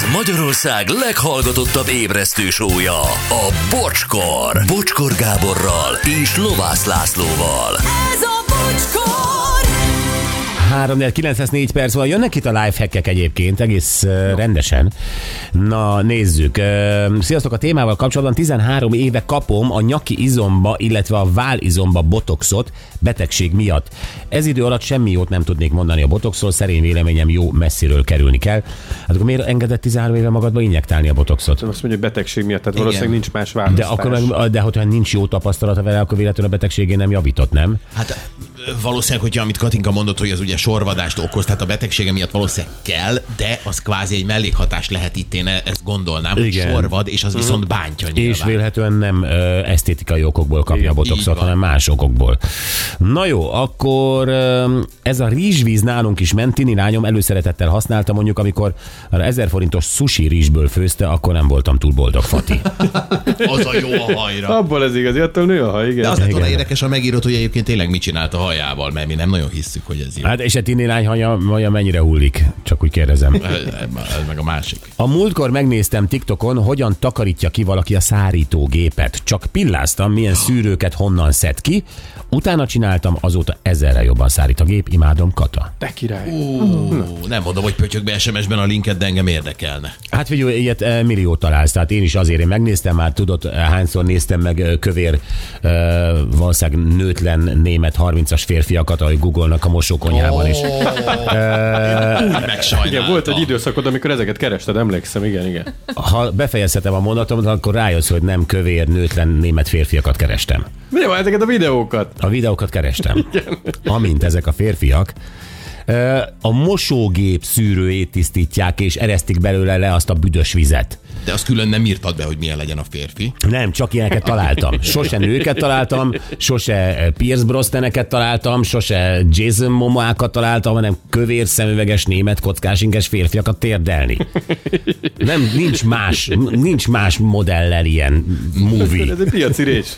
Ez Magyarország leghallgatottabb ébresztő show-ja, a Bocskor. Bocskor Gáborral és Lovász Lászlóval. Ez a Bocskor! 3-904 perc van. Jönnek itt a lifehackek egyébként, egész rendesen. Na, nézzük. Sziasztok, a témával kapcsolatban 13 éve kapom a nyaki izomba, illetve a vállizomba botoxot betegség miatt. Ez idő alatt semmi jót nem tudnék mondani a botoxról, szerény véleményem jó messziről kerülni kell. Hát akkor miért engedett 13 éve magadba injektálni a botoxot? Azt mondja, betegség miatt, tehát valószínűleg nincs más választás. De hogyha nincs jó tapasztalata vele, akkor véletlenül a betegségén nem javított, nem? Hát valószínűleg, hogyha amit Katinka mondott, hogy az ugye sorvadást okoz, tehát a betegsége miatt valószínűleg kell, de az kvázi egy mellékhatás lehet itt, én ezt gondolnám, hogy sorvad, és az viszont bántja nyilván. És vélhetően nem esztétikai okokból kapja a botoxot, hanem más okokból. Na jó, akkor ez a rizsvíz nálunk is ment, tini lányom előszeretettel használta, mondjuk amikor 1000 forintos sushi rizsből főzte, akkor nem voltam túl boldog, Fati. Az a jó a hajra. Abból ez igazi, attól nő a haj, igen. De azt lett volna érdekes, ha megírod, hogy egyébként tényleg mit csinált a hajával, mert mi nem nagyon hisszük, hogy ez jó. Hát és a tini lány haja mennyire hullik? Csak úgy kérdezem. Ez meg a másik. A múltkor megnéztem TikTokon, hogyan takarítja ki valaki a szárítógépet. Csak pilláztam, milyen szűrőket honnan szed ki. Utána csináltam, azóta 1000-re jobban szárít a gép. Imádom, Kata. Te király. Nem mondom, hogy pötyök be SMS-ben a linket, de engem érdekelne. Hát figyelj, ilyet milliót találsz, tehát én is azért megnéztem már, tudod, hányszor néztem meg kövér, valószínűleg nőtlen német 30-as férfiakat, ahogy googolnak a mosókonyhában is. Úgy megsajnáltam. Igen, volt egy időszakod, amikor ezeket kerested, emlékszem, igen. Ha befejezhetem a mondatot, akkor rájössz, hogy nem kövér, nőtlen német férfiakat kerestem. Mi van ezeket a videókat? A videókat kerestem. Amint ezek a férfiak a mosógép szűrőjét tisztítják, és eresztik belőle le azt a büdös vizet. De azt külön nem írtad be, hogy milyen legyen a férfi. Nem, csak ilyeneket találtam. Sose nőket találtam, sose Pierce Brosnaneket találtam, sose Jason Momoákat találtam, hanem kövér szemüveges német kockásinkes férfiakat térdelni. Nem, nincs más modellel ilyen movie. Ez egy piaci rés.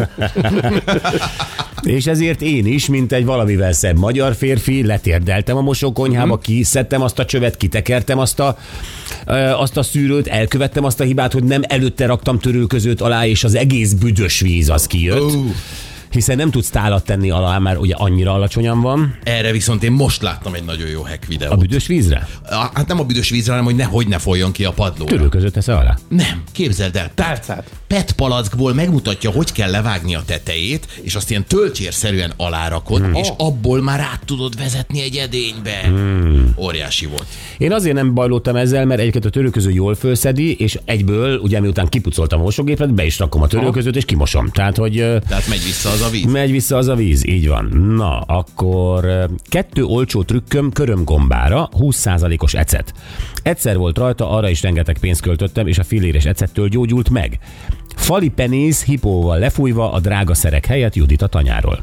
És ezért én is, mint egy valamivel szebb magyar férfi, letérdeltem a mosókonyhába, kiszedtem azt a csövet, kitekertem azt a szűrőt, elkövettem azt a hibát, hogy nem előtte raktam törülközőt alá, és az egész büdös víz az kijött. Hiszen nem tudsz tálat tenni alá, mert ugye annyira alacsonyan van. Erre viszont én most láttam egy nagyon jó hack videót. A büdös vízre? Hát nem a büdös vízre, hanem hogy nehogy ne folyjon ki a padlóra. Törülközőt tesz alá? Nem, képzeld el. Tálcát. PET palackból megmutatja, hogy kell levágni a tetejét, és azt ilyen tölcsérszerűen alárakod, és abból már át tudod vezetni egy edénybe. Óriási volt. Én azért nem bajlottam ezzel, mert egyébként a törülköző jól fölszedi, és egyből, ugye miután kipucoltam a mosógépet, be is rakom a törülközőt, és kimosom. Tehát megy vissza az a víz. Megy vissza az a víz, így van. Na, akkor 2 olcsó trükköm körömgombára, 20%-os ecet. Egyszer volt rajta, arra is rengeteg pénzt költöttem, és a filléres ecettől gyógyult meg. Fali penész hipóval lefújva a drága szerek helyett Judit a tanyáról.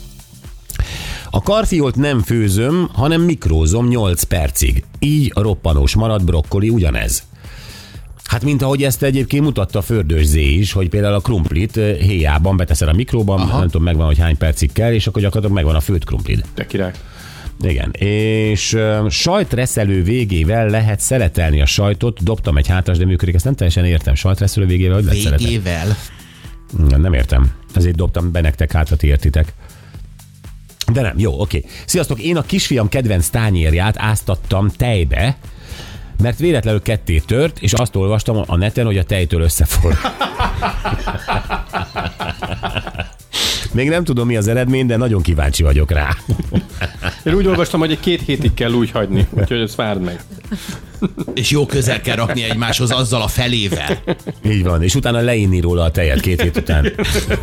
A karfiolt nem főzöm, hanem mikrózom 8 percig. Így a roppanós maradt brokkoli ugyanez. Hát mint ahogy ezt egyébként mutatta a Fördős Zé is, hogy például a krumplit héjában beteszed a mikróban, nem tudom megvan, hogy hány percig kell, és akkor gyakorlatilag megvan a főtt krumplid. Te király. Igen, és sajtreszelő végével lehet szeletelni a sajtot, dobtam egy hátras, de működik, ezt nem teljesen értem. Sajtreszelő végével hogy lehet szeletelni? Végével? Nem értem. Ezért dobtam be nektek, hát, ha ti értitek. De nem, jó, oké. Sziasztok, én a kisfiam kedvenc tányérját áztattam tejbe, mert véletlenül ketté tört, és azt olvastam a neten, hogy a tejtől összeforr. Még nem tudom, mi az eredmény, de nagyon kíváncsi vagyok rá. Én úgy olvastam, hogy egy 2 hétig kell úgy hagyni, úgyhogy ezt várd meg. És jó közel kell rakni egymáshoz azzal a felével. Így van, és utána leinni róla a tejet 2 hét után.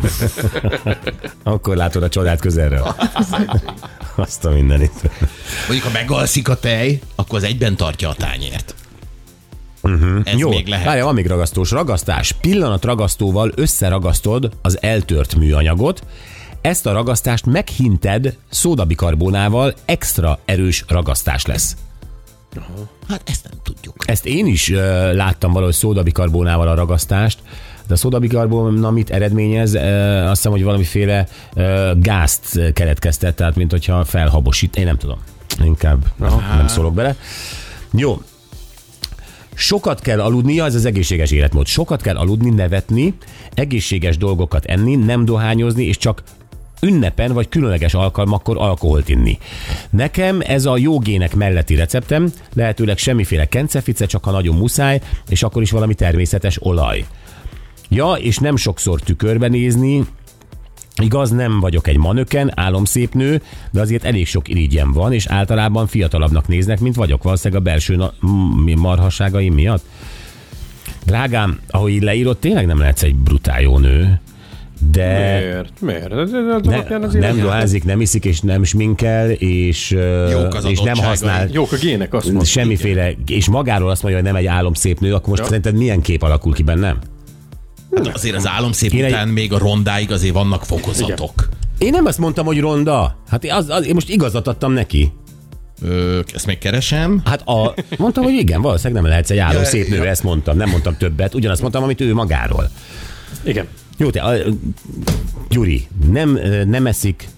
Akkor látod a csodát közelről. Azt a mindenit. Mondjuk, ha megalszik a tej, akkor az egyben tartja a tányért. Ez jó, még lehet. Várjál, van még ragasztós. Ragasztás. Pillanatragasztóval összeragasztod az eltört műanyagot, ezt a ragasztást meghinted szódabikarbónával, extra erős ragasztás lesz. Hát ezt nem tudjuk. Ezt én is láttam valahogy szódabikarbónával a ragasztást, de a szódabikarbon mit eredményez? Azt hiszem, hogy valamiféle gázt keletkeztet, tehát mint hogyha felhabosít. Én nem tudom. Inkább nem szólok bele. Jó. Sokat kell aludnia, ez az egészséges életmód. Sokat kell aludni, nevetni, egészséges dolgokat enni, nem dohányozni, és csak ünnepen vagy különleges alkalmakkor alkoholt inni. Nekem ez a jó gének melletti receptem, lehetőleg semmiféle kencefice, csak ha nagyon muszáj, és akkor is valami természetes olaj. Ja, és nem sokszor tükörbe nézni. Igaz, nem vagyok egy manöken, álomszép nő, de azért elég sok irigyem van, és általában fiatalabbnak néznek, mint vagyok, valószínűleg a belső marhasságaim miatt. Drágám, ahogy így leírod, tényleg nem lehetsz egy brutál jó nő, de... Miért? Nem doházik, nem iszik, és nem sminkel, és nem használ... Jók a gének, azt mondja. Semmiféle, és magáról azt mondja, hogy nem egy álomszép nő, akkor most szerinted milyen kép alakul ki bennem? Hát azért az álomszép után még a rondáig azért vannak fokozatok. Igen. Én nem azt mondtam, hogy ronda. Hát én most igazat adtam neki. Ezt még keresem. Hát mondtam, hogy igen, valószínűleg nem lehetsz egy álomszép nő, ezt mondtam. Nem mondtam többet, ugyanazt mondtam, amit ő magáról. Igen. Jó, Gyuri, nem eszik,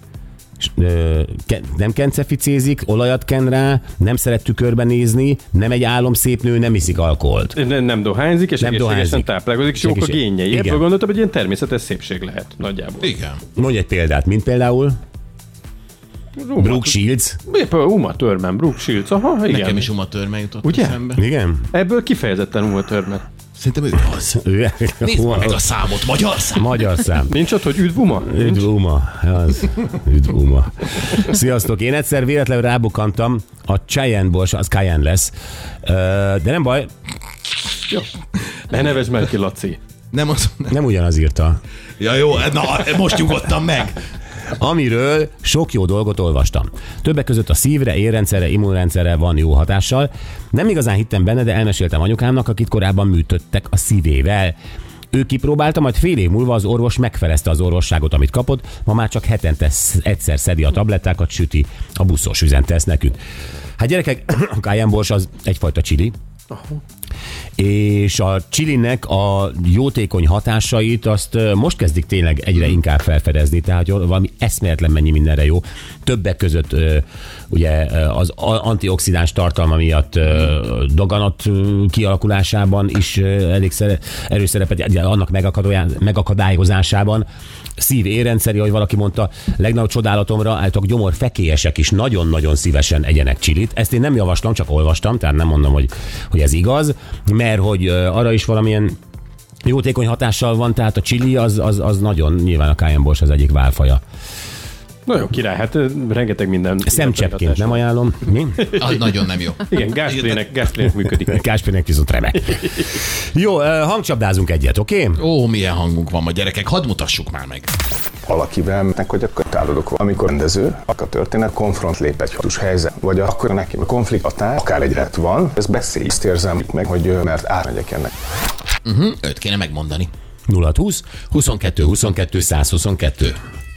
nem kenceficézik, olajat ken rá, nem szeret tükörbe nézni, nem egy álomszép nő, nem iszik alkoholt. Nem dohányzik, és egészségesen táplálkozik, és jók a génjei. Ebből gondoltam, hogy ilyen természetes szépség lehet nagyjából. Igen. Mondj egy példát, mint például? Brooke Shields. Uma Thurman, Brooke Shields. Aha, igen. Nekem is Uma Thurman jutott ugye? eszembe. Igen? Ebből kifejezetten Uma Thurman. Szerintem ő az. Nézd meg a számot, magyar szám. Magyar szám. Nincs ott, hogy üdv Uma? Üdv Uma. Üdv Uma. Sziasztok, én egyszer véletlenül rábukantam, a Cheyenne bors, az Cayenne lesz. De nem baj. Jó. Ne nevezd meg ki, Laci. Nem ugyanaz írta. Ja jó, na most nyugodtam meg. Amiről sok jó dolgot olvastam. Többek között a szívre, érrendszerre, immunrendszerre van jó hatással. Nem igazán hittem benne, de elmeséltem anyukámnak, akit korábban műtöttek a szívével. Ő kipróbálta, majd fél év múlva az orvos megfelezte az orvosságot, amit kapott, ma már csak hetente egyszer szedi a tablettákat, süti, a buszos üzente ezt nekünk. Hát gyerekek, a Cayenne bors az egyfajta chili, és a chilinek a jótékony hatásait azt most kezdik tényleg egyre inkább felfedezni, tehát valami eszméletlen mennyi mindenre jó. Többek között ugye az antioxidáns tartalma miatt daganat kialakulásában is elég erős szerepet, annak megakadályozásában. Szív-érrendszeri, ahogy valaki mondta, legnagyobb csodálatomra állítólag gyomorfekélyesek is nagyon-nagyon szívesen egyenek csilit. Ezt én nem javaslom, csak olvastam, tehát nem mondom, hogy ez igaz, mert hogy arra is valamilyen jótékony hatással van, tehát a chili az nagyon, nyilván a Cayenne bors az egyik válfaja. Nagyon király, hát rengeteg minden. Szemcseppként nem ajánlom. Mi? Az nagyon nem jó. Igen, gásprének működik. Gásprének viszont remek. Jó, hangcsapdázunk egyet, oké? Ó, milyen hangunk van ma, gyerekek, hadd mutassuk már meg. Valakivel mennek, hogy akkor tárolok. Amikor rendező, akkor a történet konfront lép egy hadus helyzet, vagy akkor neki a konfliktatár, akár egy ret van, ez beszélj, ezt érzem meg, hogy mert ármegyek ennek. Őt kéne megmondani. 0-20 22 22 122.